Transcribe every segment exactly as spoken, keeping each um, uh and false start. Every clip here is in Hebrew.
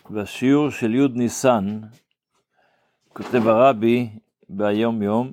בשיעור של י' ניסן, כותב הרבי ביום יום,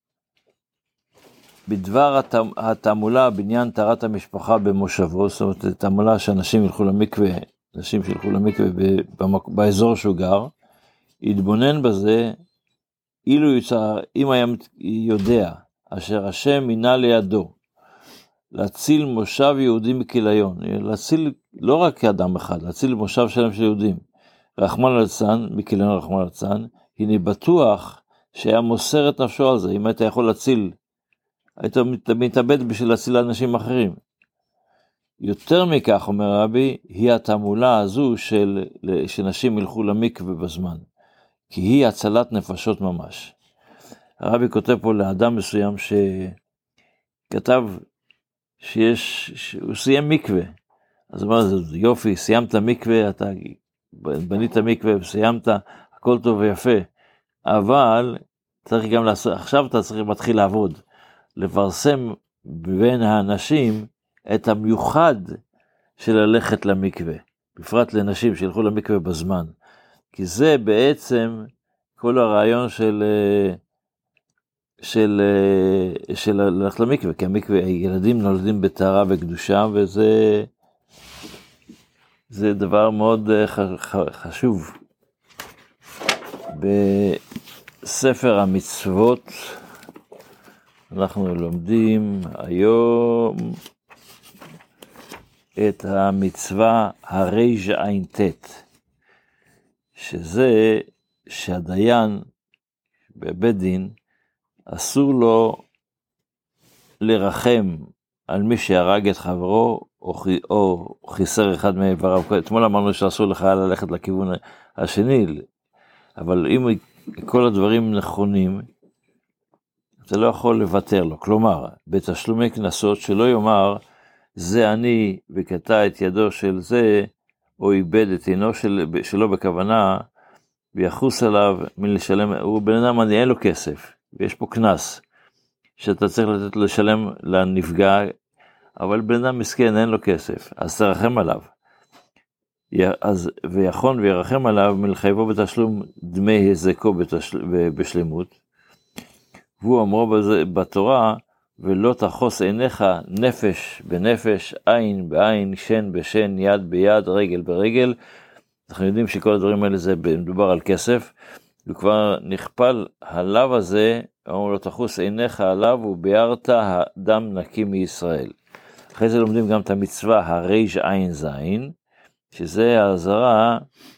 בדבר התעמולה בעניין טהרת המשפחה במושבו, זאת אומרת, תעמולה שאנשים ילכו למקווה, אנשים שילכו למקווה באזור שהוא גר, יתבונן בזה, אילו יצא, אם היה יודע, אשר השם מינה לידו, להציל מושב יהודים מכיליון, להציל לא רק כאדם אחד, להציל מושב שלם של יהודים, רחמן ליצלן, מכיליון רחמן ליצלן, הנה בטוח שהיה מוסר את נפשו על זה, אם היית יכול להציל, היית מתאבד בשביל להציל לאנשים אחרים. יותר מכך, אומר רבי, היא התעמולה הזו של, שנשים ילכו למקווה בזמן, כי היא הצלת נפשות ממש. הרבי כותב פה לאדם מסוים שכתב שיש, שהוא סיים מקווה, אז הוא אומר, יופי, סיימת מקווה, אתה בנית מקווה וסיימת, הכל טוב ויפה, אבל צריך גם לעשות, עכשיו אתה צריך להתחיל לעבוד, לפרסם בין האנשים את המיוחד של ללכת למקווה, בפרט לנשים שילכו למקווה בזמן, כי זה בעצם כל הרעיון של של של ללכת למקווה, כי המקווה, הילדים נולדים בטהרה וקדושה, וזה זה דבר מאוד חשוב. בספר המצוות אנחנו לומדים היום את המצווה הרייז' עין ת', שזה שהדיין בבית דין אסור לו לרחם על מי שהרג את חברו או, או חיסר אחד מאיבריו. אתמול אמרנו שאסור לך ללכת לכיוון השני, אבל אם כל הדברים נכונים, אתה לא יכול לוותר לו. כלומר, בתשלומי כנסות שלא יאמר, זה אני וקטע את ידו של זה, או איבד את עינו של, שלו בכוונה, ויחוס עליו מלשלם, הוא בן אדם, אני אין לו כסף, ויש פה כנס, שאתה צריך לתת לשלם לנפגע, אבל בן אדם מסכן, אין לו כסף, אז תרחם עליו, אז, ויכון וירחם עליו, מלחייבו בתשלום דמי הזקו בתשל, בשלמות, והוא אמרו בזה, בתורה, ולא תחוס עיניך נפש בנפש, עין בעין, שן בשן, יד ביד, רגל ברגל. אנחנו יודעים שכל הדברים האלה זה מדובר על כסף, וכבר נכפל הלאו הזה, אמרו לו תחוס עיניך עליו, וביארת הדם נקי מישראל. אחרי זה לומדים גם את המצווה הרייז' עין זין, שזה ההזרה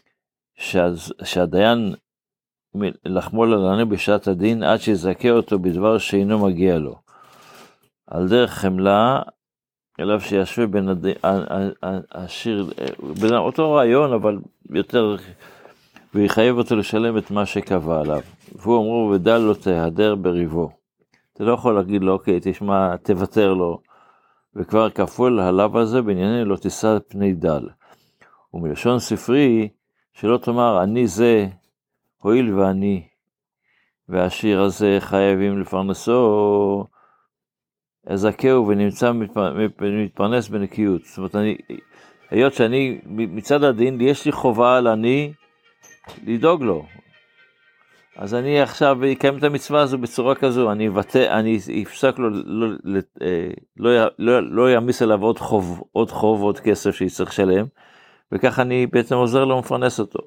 שהדיין לחמול על עני בשעת הדין, עד שיזכה אותו בדבר שאינו מגיע לו. על דרך חמלה, אליו שישווה בין השיר, בין אותו רעיון, אבל יותר, ויחייב אותו לשלם את מה שקבע עליו. והוא אמרו, ודל לו תהדר בריבו. אתה לא יכול להגיד לו, אוקיי, תשמע, תוותר לו, וכבר כפול הלאו הזה, בענייני לא תישא פני דל. ומלשון ספרי, שלא תאמר, אני זה, הועיל ואני, והשיר הזה חייבים לפרנסו, הזכהו ונמצא מתפרנס בנקיות. זאת אומרת, אני, היות שאני מצד הדין, יש לי חובה על אני לדאוג לו. אז אני עכשיו אקיים את המצווה הזו בצורה כזו, אני אבטא, אני אפסק לו, לא, לא, לא, לא יעמיס עליו עוד חוב, עוד חוב, עוד כסף שיצטרך לשלם, וכך אני בעצם עוזר לו ומפרנס אותו.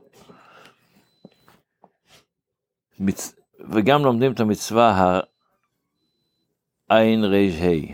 מצ... וגם לומדים את המצווה העין רייז' ה',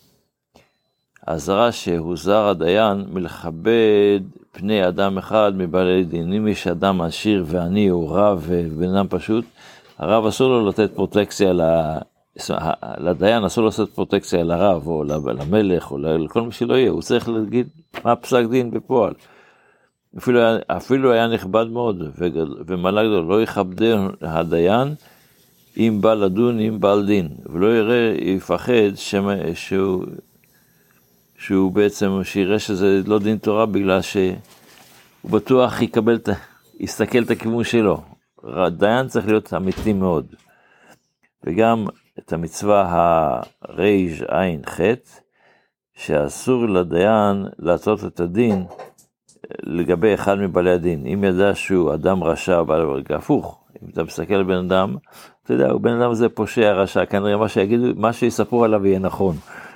הזרה שהוזר הדיין מלכבד פני אדם אחד מבעלי דין. אם יש אדם עשיר ועני הוא רב ובן אדם פשוט, הרב אסור לו לתת פרוטקציה לדיין, אסור לו לתת פרוטקציה לרב או למלך או לכל מי שלא יהיה, הוא צריך להגיד מה פסק דין בפועל. אפילו, אפילו היה נכבד מאוד ומעלה גדול, לא יכבד הדיין אם בא לדון עם בעל דין, ולא יראה, יפחד שמה, שהוא, שהוא בעצם, שיראה שזה לא דין תורה, בגלל שהוא בטוח יקבל, יסתכל את הכיוון שלו. הדיין צריך להיות אמיתי מאוד. וגם את המצווה הרייז' עין ח', שאסור לדיין לעשות את הדין, לגבי אחד מבעלי הדין, אם ידע שהוא אדם רשע, בעל הרגע הפוך, אם אתה מסתכל על בן אדם, אתה יודע, בן אדם זה פושע רשע, כנראה מה שיגידו, מה שיספרו עליו יהיה נכון.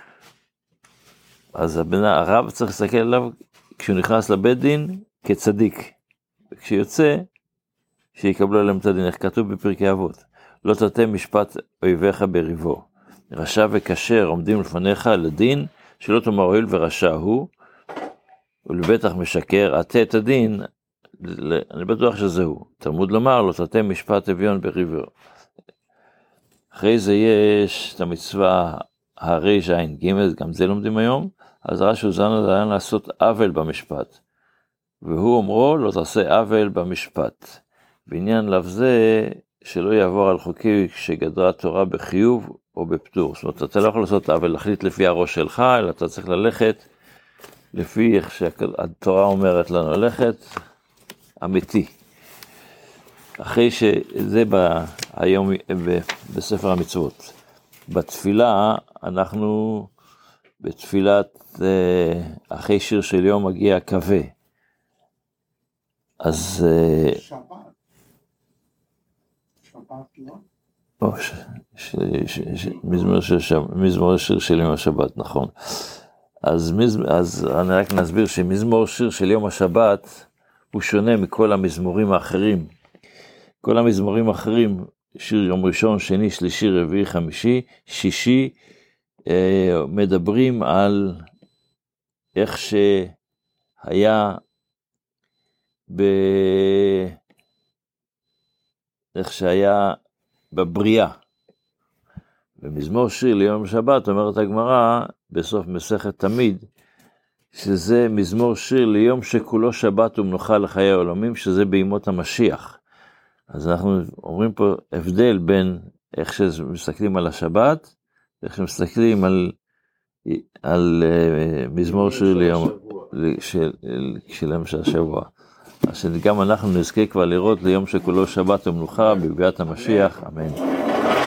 אז הבן, הרב צריך להסתכל עליו, כשהוא נכנס לבית דין, כצדיק. וכשיוצא, שיקבלו עליהם את הדין, איך כתוב בפרקי אבות. לא תטה משפט אויביך בריבו. רשע וכשר עומדים לפניך לדין, שלא תאמר הואיל ורשע הוא, ולבטח משקר, עטה את הדין, אני בטוח שזהו. תלמוד לומר, לא תטה משפט אביון בריבו. אחרי זה יש את המצווה הרי זין ג', גם זה לומדים היום, אז רש"י ז"ל היה לעשות עוול במשפט. והוא אומרו, לא תעשה עוול במשפט. בעניין לב זה, שלא יעבור על חוקי שגדרה תורה בחיוב או בפטור. זאת אומרת, אתה לא יכול לעשות עוול, להחליט לפי הראש שלך, אלא אתה צריך ללכת לפי איך שהתורה אומרת לנו ללכת, אמיתי. אחרי שזה היום בספר המצוות. בתפילה, אנחנו בתפילת, אחרי שיר של יום מגיע קווה. אז... שבת. שבת לא? או, מזמור שיר של יום השבת, נכון. אז, אז אני רק נסביר שמזמור שיר של יום השבת הוא שונה מכל המזמורים האחרים. כל המזמורים האחרים, שיר יום ראשון, שני, שלישי, רביעי, חמישי, שישי, אה, מדברים על איך שהיה ב... איך שהיה בבריאה. במזמור שיר ליום שבת אומרת הגמרא בסוף מסכת תמיד, שזה מזמור שיר ליום שכולו שבת ומנוחה לחיי העולמים, שזה בימות המשיח. אז אנחנו אומרים פה הבדל בין איך שמסתכלים על השבת, איך שמסתכלים על, על uh, מזמור שיר ליום של, של יום של השבוע. אז שגם אנחנו נזכה כבר לראות ליום שכולו שבת ומנוחה בביאת המשיח, אמן.